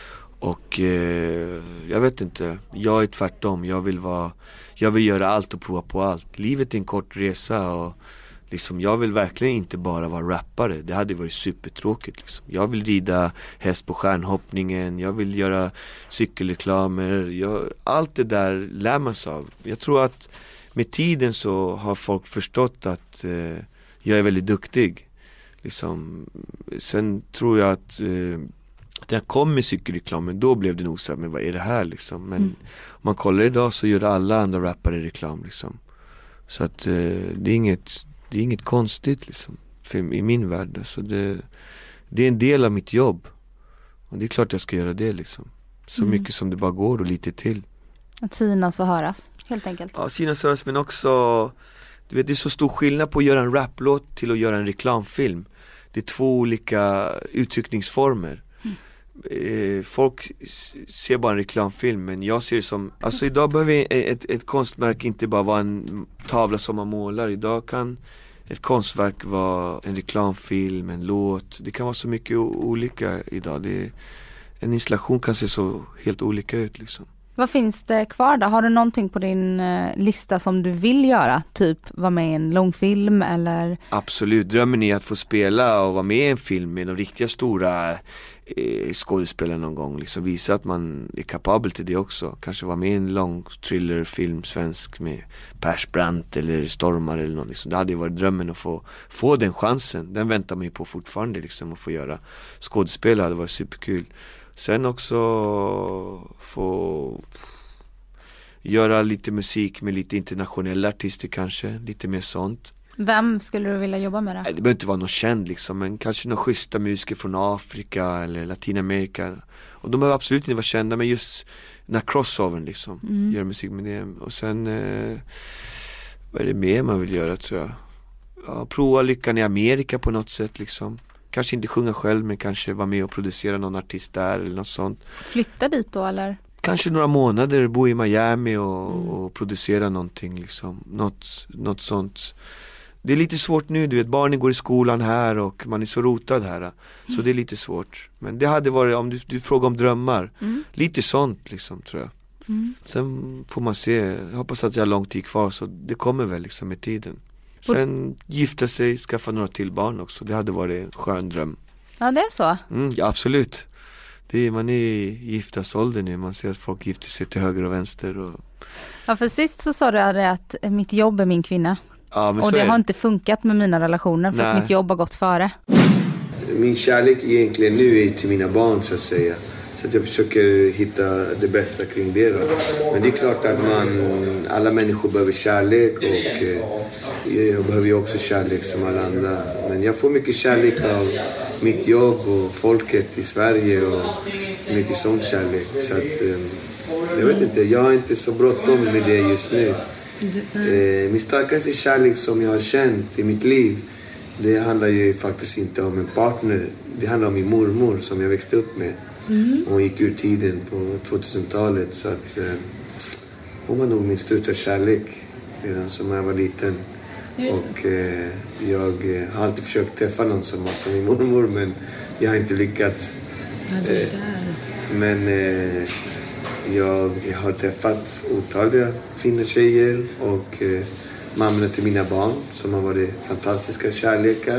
Och eh, jag vet inte, jag är tvärtom. Jag vill vara, jag vill göra allt och prova på allt. Livet är en kort resa och liksom, jag vill verkligen inte bara vara rappare. Det hade varit supertråkigt liksom. Jag vill rida häst på stjärnhoppningen. Jag vill göra cykelreklamer. Jag, allt det där lär man sig av. Jag tror att med tiden så har folk förstått att eh, jag är väldigt duktig. Liksom, sen tror jag att eh, när jag kom med cykelreklamen, då blev det nog så här, men vad är det här liksom? Men mm. om man kollar idag så gör alla andra rappare reklam liksom. Så att eh, det är inget det är inget konstigt liksom för, i min värld. Så det, det är en del av mitt jobb. Och det är klart jag ska göra det liksom. Så mm. mycket som det bara går och lite till. Att synas och höras, helt enkelt. Ja, synas och höras, men också du vet, det är så stor skillnad på att göra en raplåt till att göra en reklamfilm. Det är två olika uttryckningsformer. Mm. Folk ser bara en reklamfilm, men jag ser det som, alltså idag behöver ett, ett konstverk inte bara vara en tavla som man målar. Idag kan ett konstverk vara en reklamfilm, en låt. Det kan vara så mycket olika idag. Det är, en installation kan se så helt olika ut liksom. Vad finns det kvar då? Har du någonting på din eh, lista som du vill göra? Typ vara med i en långfilm eller? Absolut, drömmen är att få spela och vara med i en film med de riktiga stora eh, skådespela någon gång, liksom visa att man är kapabel till det också. Kanske vara med i en lång thrillerfilm svensk med Persbrandt eller Stormar eller något liksom. Det hade ju varit drömmen att få, få den chansen. Den väntar man ju på fortfarande liksom, att få göra skådespel hade varit superkul. Sen också få göra lite musik med lite internationella artister kanske, lite mer sånt. Vem skulle du vilja jobba med då? Det behöver inte vara någon känd liksom, men kanske några schyssta musiker från Afrika eller Latinamerika. Och de behöver absolut inte vara kända, men just den här crossovern liksom, mm. göra musik med det. Och sen, eh, vad är det mer man vill göra tror jag? Ja, prova lyckan i Amerika på något sätt liksom. Kanske inte sjunga själv, men kanske vara med och producera någon artist där eller något sånt. Flytta dit då eller? Kanske några månader, bo i Miami och, mm. och producera någonting liksom. Något, något sånt. Det är lite svårt nu, du vet, barnen går i skolan här och man är så rotad här. Mm. Så det är lite svårt. Men det hade varit, om du, du frågar om drömmar, mm. lite sånt liksom tror jag. Mm. Sen får man se, jag hoppas att jag har lång tid kvar, så det kommer väl liksom med tiden. Sen gifta sig, skaffa några till barn också. Det hade varit en skön dröm. Ja, det är så? Mm, ja, absolut. Det är, man är i giftasålder nu. Man ser att folk gifter sig till höger och vänster. Och... Ja, för sist så sa du att mitt jobb är min kvinna. Ja, men och så det är... har inte funkat med mina relationer för Nej. att mitt jobb har gått före. Min kärlek egentligen nu är till mina barn så att säga. Så att jag försöker hitta det bästa kring det då. Men det är klart att man, alla människor behöver kärlek och eh, jag behöver ju också kärlek som alla andra. Men jag får mycket kärlek av mitt jobb och folket i Sverige och mycket sån kärlek. Så att eh, jag vet inte, jag har inte så bråttom med det just nu. Eh, min starkaste kärlek som jag har känt i mitt liv, det handlar ju faktiskt inte om en partner. Det handlar om min mormor som jag växte upp med. Mm. Hon gick ur tiden på tvåtusentalet, så att eh, hon var nog min största kärlek redan som jag var liten. Och eh, jag har alltid försökt träffa någon som var som min mormor, men jag har inte lyckats. Eh, men eh, jag har träffat otaliga fina tjejer och eh, mammorna till mina barn som har varit fantastiska kärlekar.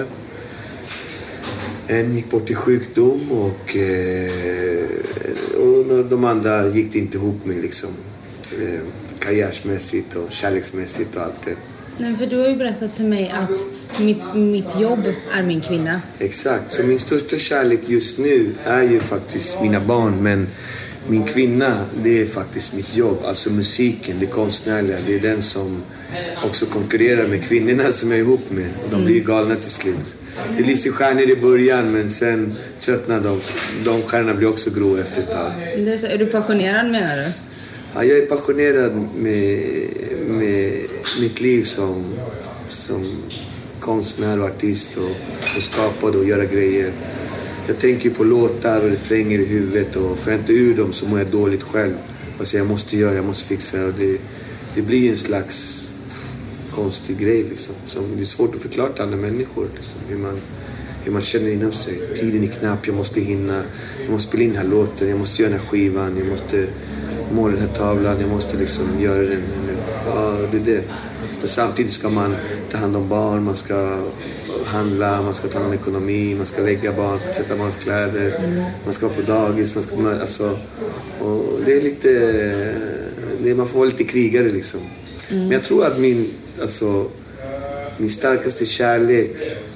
En gick bort i sjukdom och, eh, och de andra gick det inte ihop med liksom, eh, karriärsmässigt och kärleksmässigt och allt det. Nej, för du har ju berättat för mig att mitt, mitt jobb är min kvinna. Exakt, så min största kärlek just nu är ju faktiskt mina barn, men min kvinna, det är faktiskt mitt jobb, alltså musiken, det konstnärliga, det är den som också konkurrerar med kvinnorna som jag är ihop med och de blir ju galna till slut. Det lyser stjärnor i början, men sen tröttnar de. De stjärnorna blir också grå efter ett tag. Det är, så, är du passionerad menar du? Ja, jag är passionerad med, med mitt liv som, som konstnär och artist och, och skapad och göra grejer. Jag tänker på låtar och refränger i huvudet och får jag inte ur dem så mår jag dåligt själv. Alltså jag måste göra, jag måste fixa och det, det blir en slags konstig grej liksom. Som det är svårt att förklara till andra människor liksom, hur man, hur man känner inom sig. Tiden är knapp, jag måste hinna, jag måste spela in den här låten, jag måste göra den här skivan, jag måste måla den här tavlan, jag måste liksom göra den. Ja, det är det. Och samtidigt ska man ta hand om barn, man ska handla, man ska ta hand om ekonomi, man ska lägga barn, man ska tvätta barns kläder, man ska vara på dagis, man ska, alltså, och det är lite, det är, man får vara lite krigare liksom. Mm. Men jag tror att min, alltså, min starkaste kärlek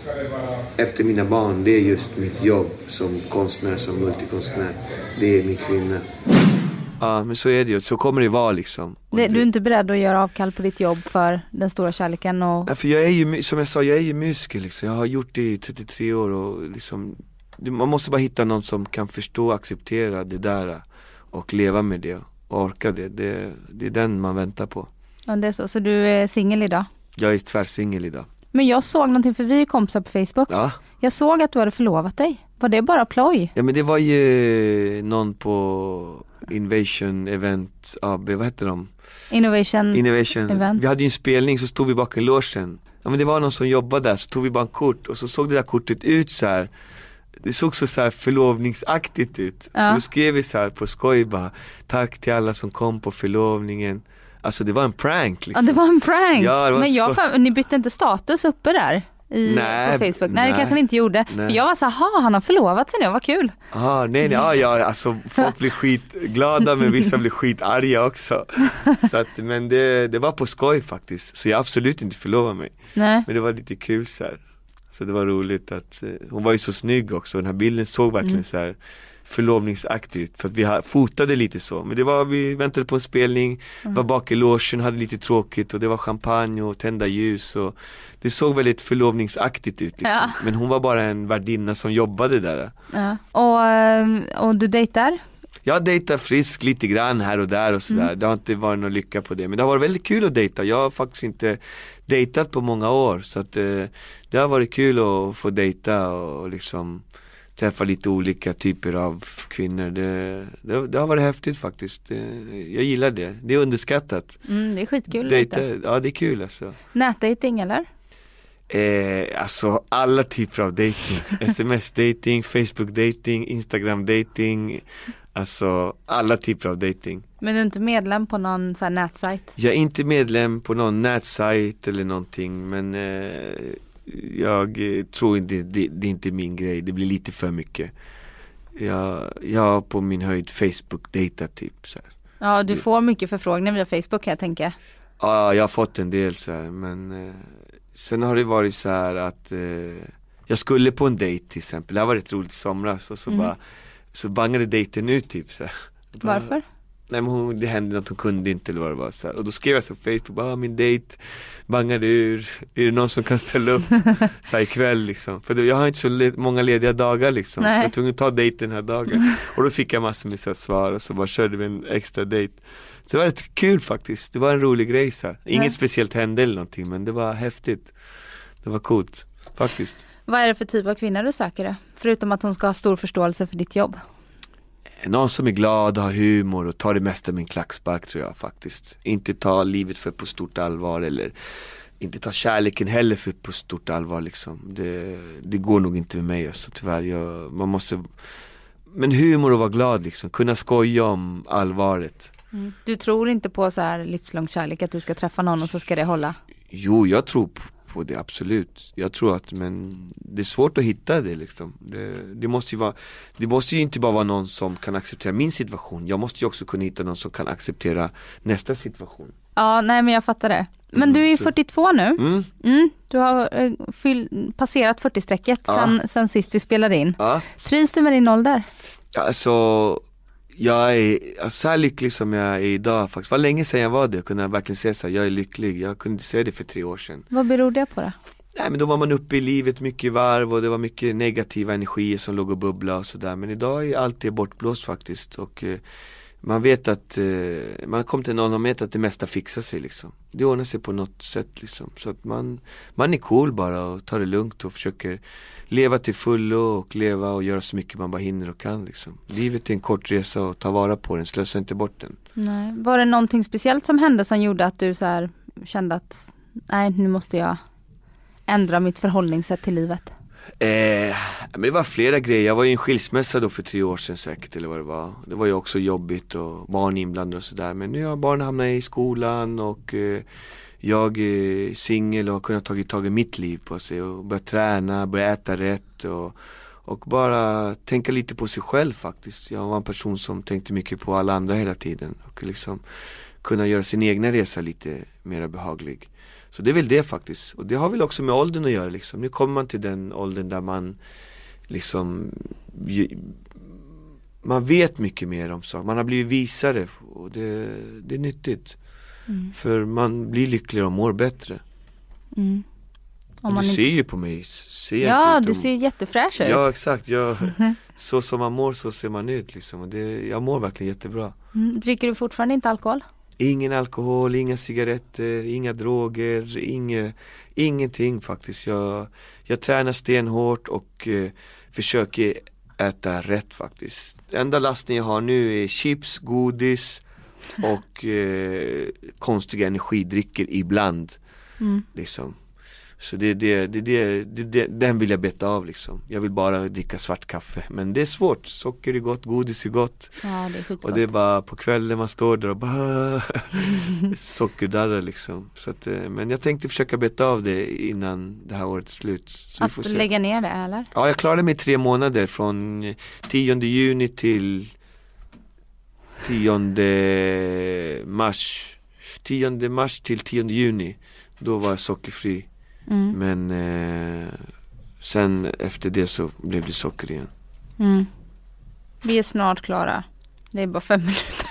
efter mina barn, det är just mitt jobb som konstnär, som multikonstnär. Det är min kvinna. Ja, men så är det ju. Så kommer det vara liksom. Det, du är inte beredd att göra avkall på ditt jobb för den stora kärleken? Och... Nej, för jag är ju, som jag sa, jag är ju musiker liksom. Jag har gjort det i trettiotre år och liksom, man måste bara hitta någon som kan förstå och acceptera det där och leva med det och orka det. Det, det är den man väntar på. Ja, det är så. Så du är singel idag? Jag är tvärsingel idag. Men jag såg någonting, för vi är kompisar på Facebook. Ja. Jag såg att du hade förlovat dig. Var det bara ploj? Ja, men det var ju någon på Innovation Event A B, vad heter de? Innovation, Innovation Event. Vi hade ju en spelning, så stod vi bakom logen. Ja, men det var någon som jobbade där, så tog vi bara en kort och så såg det där kortet ut så här. Det såg så, så här förlovningsaktigt ut. Ja. Så då skrev vi så här på skoj bara, tack till alla som kom på förlovningen. Alltså det var en prank liksom. Ja, det var en prank. Ja, det var men jag skoj. För, ni bytte inte status uppe där? I, nej, på Facebook? Nej, nej, det kanske han inte gjorde. Nej. För jag var så här, han har förlovat sig nu, vad kul. Ah, nej, nej, ah, ja, alltså folk blir skitglada men vissa blir skitarga också. Så att, men det, det var på skoj faktiskt. Så jag absolut inte förlovade mig. Nej. Men det var lite kul så här. Så det var roligt att, hon var ju så snygg också. Den här bilden såg verkligen mm. så här förlovningsaktigt, för att vi fotade lite så, men det var, vi väntade på en spelning, mm. var bak i logen, hade lite tråkigt och det var champagne och tända ljus och det såg väldigt förlovningsaktigt ut liksom. Ja. Men hon var bara en värdinna som jobbade där. Ja. Och, och du dejtar? Jag dejtar frisk lite grann här och där och sådär. Mm. Det har inte varit någon lycka på det, men det har varit väldigt kul att dejta. Jag har faktiskt inte dejtat på många år, så att eh, det har varit kul att få dejta och, och liksom träffa lite olika typer av kvinnor. Det, det, det har varit häftigt faktiskt. Det, jag gillar det. Det är underskattat. Mm, det är skitkul. Dejta, ja, det är kul alltså. Nätdating eller? Eh, alltså alla typer av dating. Sms-dating, Facebook-dating, Instagram-dating. Alltså alla typer av dating. Men du är inte medlem på någon så här nätsajt? Jag är inte medlem på någon nätsajt eller någonting, men eh, jag tror inte, det, det är inte min grej. Det blir lite för mycket. Jag, jag har på min höjd Facebook-data typ så här. Ja, du får mycket förfrågningar via Facebook, jag tänker. Ja, jag har fått en del så här, men eh, sen har det varit så här att eh, jag skulle på en dejt till exempel. Det var rätt roligt i somras och så mm. bara så bangade dejten ut typ så här. Bara, varför? Nej, men hon, det hände något, hon kunde inte eller vad det var så här. Och då skrev jag så på Facebook, bara, min dejt bangade ur, är det någon som kan ställa upp så här ikväll liksom. För jag har inte så le- många lediga dagar liksom. Nej. Så jag tvungen att ta dejten den här dagen. Och då fick jag massor med så här svar och så bara körde vi en extra dejt. Så det var rätt kul faktiskt, det var en rolig grej så här. Inget Nej. speciellt hände eller någonting, men det var häftigt. Det var coolt, faktiskt. Vad är det för typ av kvinna du söker det? Förutom att hon ska ha stor förståelse för ditt jobb. Någon som är glad, har humor och tar det mesta med en klackspark tror jag faktiskt. Inte ta livet för på stort allvar eller inte ta kärleken heller för på stort allvar liksom. Det, det går nog inte med mig alltså, tyvärr. Jag, man måste, men humor och vara glad liksom, kunna skoja om allvaret. Mm. Du tror inte på så här livslång kärlek, att du ska träffa någon och så ska det hålla? Jo, jag tror på på det, absolut. Jag tror att, men det är svårt att hitta det liksom. Det, det måste ju vara, det måste ju inte bara vara någon som kan acceptera min situation. Jag måste ju också kunna hitta någon som kan acceptera nästa situation. Ja, nej men jag fattar det. Men mm, du är fyrtiotvå nu. Mm. Mm, du har äh, fyll, passerat fyrtio-strecket ja. sen, sen sist vi spelade in. Ja. Trivs du med din ålder? Alltså, jag är så här lycklig som jag är idag faktiskt. Det var länge sedan jag var det. Jag kunde verkligen säga så här, jag är lycklig. Jag kunde inte säga det för tre år sedan. Vad beror det på då? Nej, men då var man uppe i livet mycket varv och det var mycket negativa energier som låg och bubbla och sådär. Men idag är allt det bortblåst faktiskt. Och eh, man vet att eh, man kommer till någon och vet att det mesta fixar sig liksom. Det ordnar sig på något sätt liksom. Så att man, man är cool bara och tar det lugnt och försöker leva till fullo och leva och göra så mycket man bara hinner och kan liksom. Livet är en kort resa och ta vara på den, slösa inte bort den. Nej. Var det någonting speciellt som hände som gjorde att du så här kände att nej, nu måste jag ändra mitt förhållningssätt till livet? Eh, men det var flera grejer. Jag var i en skilsmässa då för tre år sedan säkert eller vad det var. Det var ju också jobbigt och barn inblandade och sådär. Men nu har barnen hamnat i skolan och eh, jag är singel och har kunnat tagit tag i mitt liv på sig och börja träna, börja äta rätt och, och bara tänka lite på sig själv faktiskt. Jag var en person som tänkte mycket på alla andra hela tiden och liksom kunna göra sin egna resa lite mer behaglig. Så det är väl det faktiskt. Och det har väl också med åldern att göra liksom. Nu kommer man till den åldern där man liksom man vet mycket mer om saker. Man har blivit visare och det, det är nyttigt. Mm. För man blir lyckligare och mår bättre. Mm. Om man du ser ju på mig. Ser ja, du ser jättefräsch ut. Ja, exakt. Jag, så som man mår så ser man ut liksom. Och det, jag mår verkligen jättebra. Mm. Dricker du fortfarande inte alkohol? Ingen alkohol, inga cigaretter, inga droger, inga, ingenting faktiskt. Jag, jag tränar stenhårt och eh, försöker äta rätt faktiskt. Enda lasten jag har nu är chips, godis och eh, konstiga energidrycker ibland. Mm. Liksom. Så det, det, det, det, det, det, den vill jag beta av liksom. Jag vill bara dricka svart kaffe. Men det är svårt, socker är gott, godis är gott. Ja, det är skitgott. Och det är bara på kvällen man står där och bara sockerdarrar liksom. Så att, men jag tänkte försöka beta av det innan det här året är slut. Så att lägga ner det, eller? Ja, jag klarade mig tre månader från tionde juni till tionde mars. tionde mars till tionde juni. Då var jag sockerfri. Mm. Men eh, sen efter det så blev det socker igen. Mm. Vi är snart klara. Det är bara fem minuter.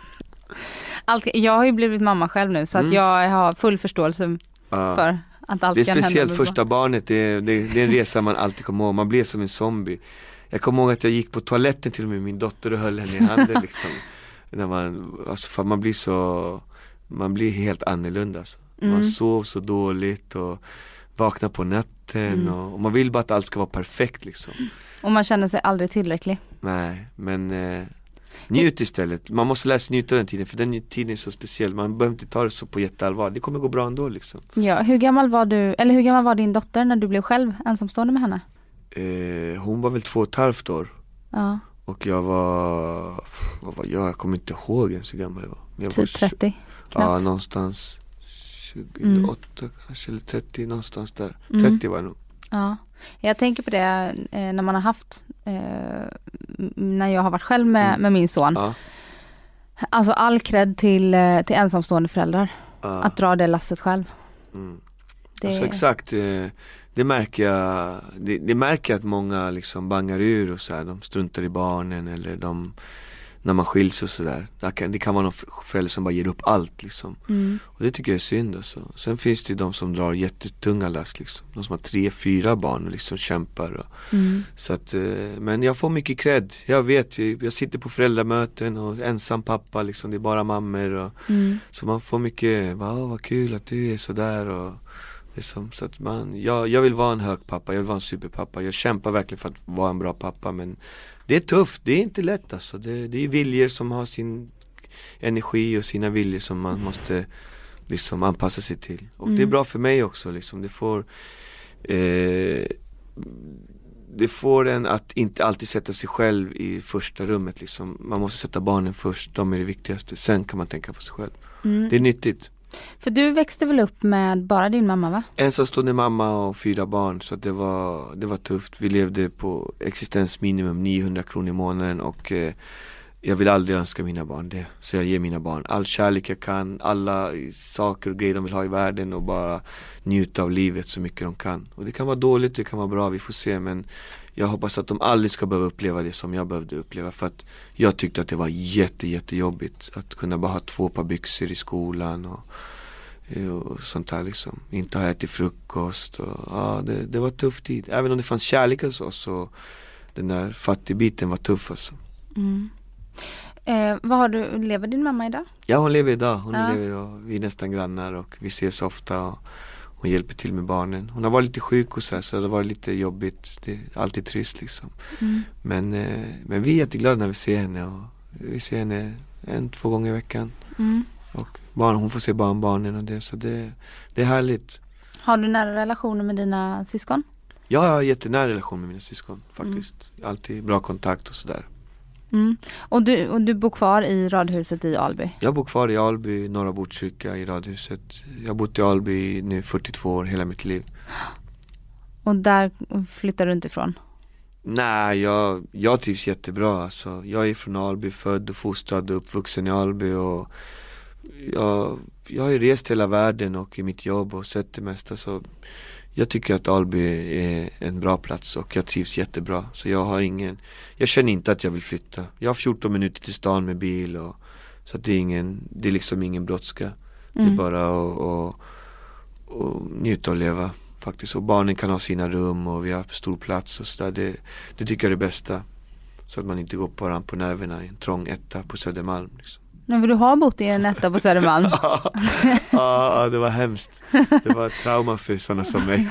Allt, jag har ju blivit mamma själv nu så att mm. jag har full förståelse ja. för att allt kan hända. Det är speciellt första barnet. Det är, det, det är en resa man alltid kommer ihåg. Man blir som en zombie. Jag kommer ihåg att jag gick på toaletten till och med min dotter och höll henne i handen liksom. När man, alltså för man blir så man blir helt annorlunda alltså. Mm. Man sov så dåligt och vaknar på natten mm. och, och man vill bara att allt ska vara perfekt liksom. Och man känner sig aldrig tillräcklig. Nej, men eh, njut istället. Man måste lära sig njuta den tiden, för den tiden är så speciell. Man behöver inte ta det så på jätteallvar. Det kommer gå bra ändå liksom. Ja, hur gammal var du, eller hur gammal var din dotter när du blev själv ensamstående med henne? Eh, hon var väl två och ett halvt år. Ja. Och jag var, vad var jag? Jag kommer inte ihåg ens hur gammal jag var. Jag typ var trettio? Knappt. Ja, någonstans tjugoåtta mm. kanske, eller trettio någonstans där. Mm. trettio var jag nog. Ja, jag tänker på det eh, när man har haft, eh, när jag har varit själv med, mm. med min son. Ja. Alltså all cred till, till ensamstående föräldrar. Ja. Att dra det lasset själv. Mm. Det... Alltså exakt, det, det märker jag, det, det märker att många liksom bangar ur och så här, de struntar i barnen eller de, när man skiljs och sådär. Det kan, det kan vara någon förälder som bara ger upp allt liksom. Mm. Och det tycker jag är synd alltså. Sen finns det de som drar jättetunga last liksom. De som har tre, fyra barn och liksom kämpar. Och, mm. så att, men jag får mycket cred. Jag vet, jag sitter på föräldramöten och ensam pappa liksom. Det är bara mammor. Och, mm. så man får mycket, wow, vad kul att du är sådär och liksom, så att man, jag, jag vill vara en hög pappa, jag vill vara en superpappa. Jag kämpar verkligen för att vara en bra pappa, men det är tufft, det är inte lätt alltså. Det, det är viljor som har sin energi och sina viljor som man måste liksom anpassa sig till. Och mm. det är bra för mig också liksom. Det får eh, det får en att inte alltid sätta sig själv i första rummet liksom. Man måste sätta barnen först, de är det viktigaste. Sen kan man tänka på sig själv. Mm. Det är nyttigt. För du växte väl upp med bara din mamma, va? Ensamstående mamma och fyra barn, så det var, det var tufft. Vi levde på existensminimum niohundra kronor i månaden och eh, jag vill aldrig önska mina barn det. Så jag ger mina barn all kärlek jag kan, alla saker och grejer de vill ha i världen och bara njuta av livet så mycket de kan. Och det kan vara dåligt, det kan vara bra, vi får se, men jag hoppas att de aldrig ska behöva uppleva det som jag behövde uppleva, för att jag tyckte att det var jätte, jättejobbigt att kunna bara ha två par byxor i skolan och, och sånt här liksom. Inte ha ätit frukost och, ja, det, det var tuff tid. Även om det fanns kärlek hos oss, så den där fattigbiten var tuff alltså. Mm. Eh, vad har du, lever din mamma idag? Ja, hon lever idag. Hon ja. lever och vi är nästan grannar och vi ses ofta och hon hjälper till med barnen. Hon har varit lite sjuk och så här, så det har varit lite jobbigt. Det är alltid trist liksom. Mm. Men, eh, men vi är jätteglada när vi ser henne. Och vi ser henne en, två gånger i veckan. Mm. Och barn, hon får se barnbarnen och det. Så det, det är härligt. Har du nära relationer med dina syskon? Jag har jättenära relation med mina syskon faktiskt. Mm. Alltid bra kontakt och sådär. Mm. Och, du, och du bor kvar i radhuset i Alby? Jag bor kvar i Alby, norra Botkyrka, i radhuset. Jag har bott i Alby nu fyrtiotvå år, hela mitt liv. Och där flyttar du inte ifrån? Nej, jag, jag trivs jättebra alltså. Jag är från Alby, född och fostrad och uppvuxen i Alby. Och jag, jag har ju rest hela världen och i mitt jobb och sett det mesta, så jag tycker att Alby är en bra plats och jag trivs jättebra. Så jag har ingen, jag känner inte att jag vill flytta. Jag har fjorton minuter till stan med bil och, så att det är ingen, det är liksom ingen brådska. Mm. Det är bara att och, och njuta och leva faktiskt. Och barnen kan ha sina rum och vi har stor plats och sådär. Det, det tycker jag är det bästa. Så att man inte går på varandra på nerverna i en trång etta på Södermalm liksom. Men du har bott i en etta på Södermalm? Ja, det var hemskt. Det var ett trauma för sådana som mig.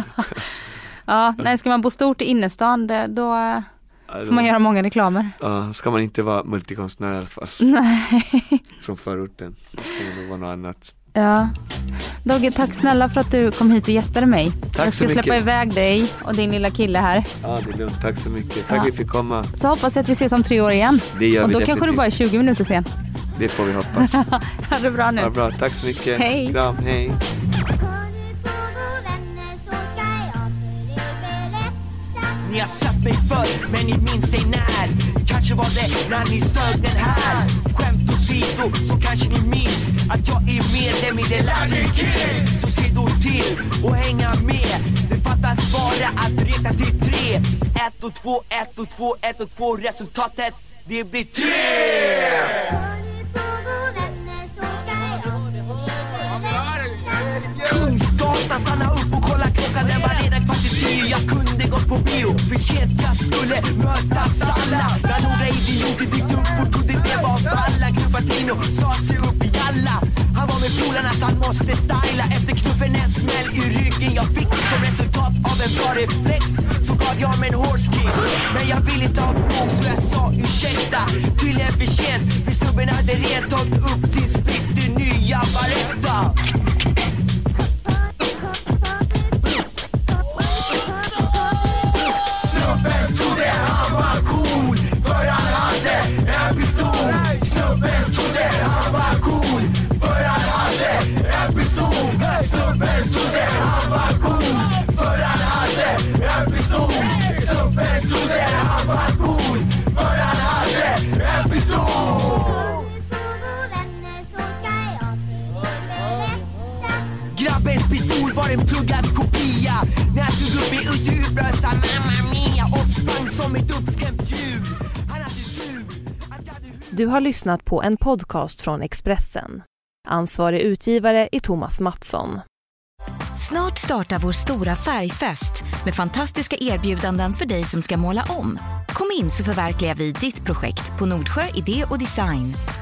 Ja, nej, ska man bo stort i innerstan, då, då får man göra många reklamer. Ja, ska man inte vara multikonstnär i alla fall. Nej. Från förorten. Då ska man nog vara något annat. Ja. Dogge, tack snälla för att du kom hit och gästade mig. Tack jag ska så släppa mycket. iväg dig och din lilla kille här. Ja, det är lugnt. Tack så mycket. Tack Ja. för att vi fick komma. Så hoppas jag att vi ses om tre år igen. Det gör och vi då definitivt. kanske du bara är tjugo minuter sen. Det får vi hoppas. Ha det bra nu. Ja, bra. Tack så mycket. Hej. Kram, hej. Ni har sett mig förr, men ni minns sig när. Kanske var det när ni sög den här. Skämt åsido, så kanske ni minns att jag är medlem i The Latin Kids. Så se då till och hänga med. Det fattas bara att räkna till tre. Ett och två, ett och två, ett och två. Resultatet, det blir tre! Kungsgatan, stanna upp och kolla klockan. Den var redan kvart i tio, jag kunde gått på bio. För sent jag skulle mötas alla. När några idioter dykt upp och trodde det var balla. Gruppatino sa sig upp i alla. Han var med polarna så han måste styla. Efter knuffen en smäll i ryggen jag fick. Som resultat av en bra reflex så gav jag mig en hårskick. Men jag vill inte ha bråk så jag sa ursäkta. Tydligen för sent, för snubben hade redan tagit upp sin splitter nya Baretta. Snubben trodde han var cool, för han hade en pistol. Snubben trodde han var cool, för han hade en pistol. Snubben trodde han var cool, för han hade en pistol. Snubben trodde han var cool, för han hade en pistol. Grabbens pistol var en pluggad kopia. När jag tog upp i Ussi utbrösta mamma mia och sprang som ett uppskrämt djur. Han hade tur att jag hade hur... Du har lyssnat på en podcast från Expressen. Ansvarig utgivare är Thomas Mattsson. Snart startar vår stora färgfest med fantastiska erbjudanden för dig som ska måla om. Kom in så förverkligar vi ditt projekt på Nordsjö Idé och Design.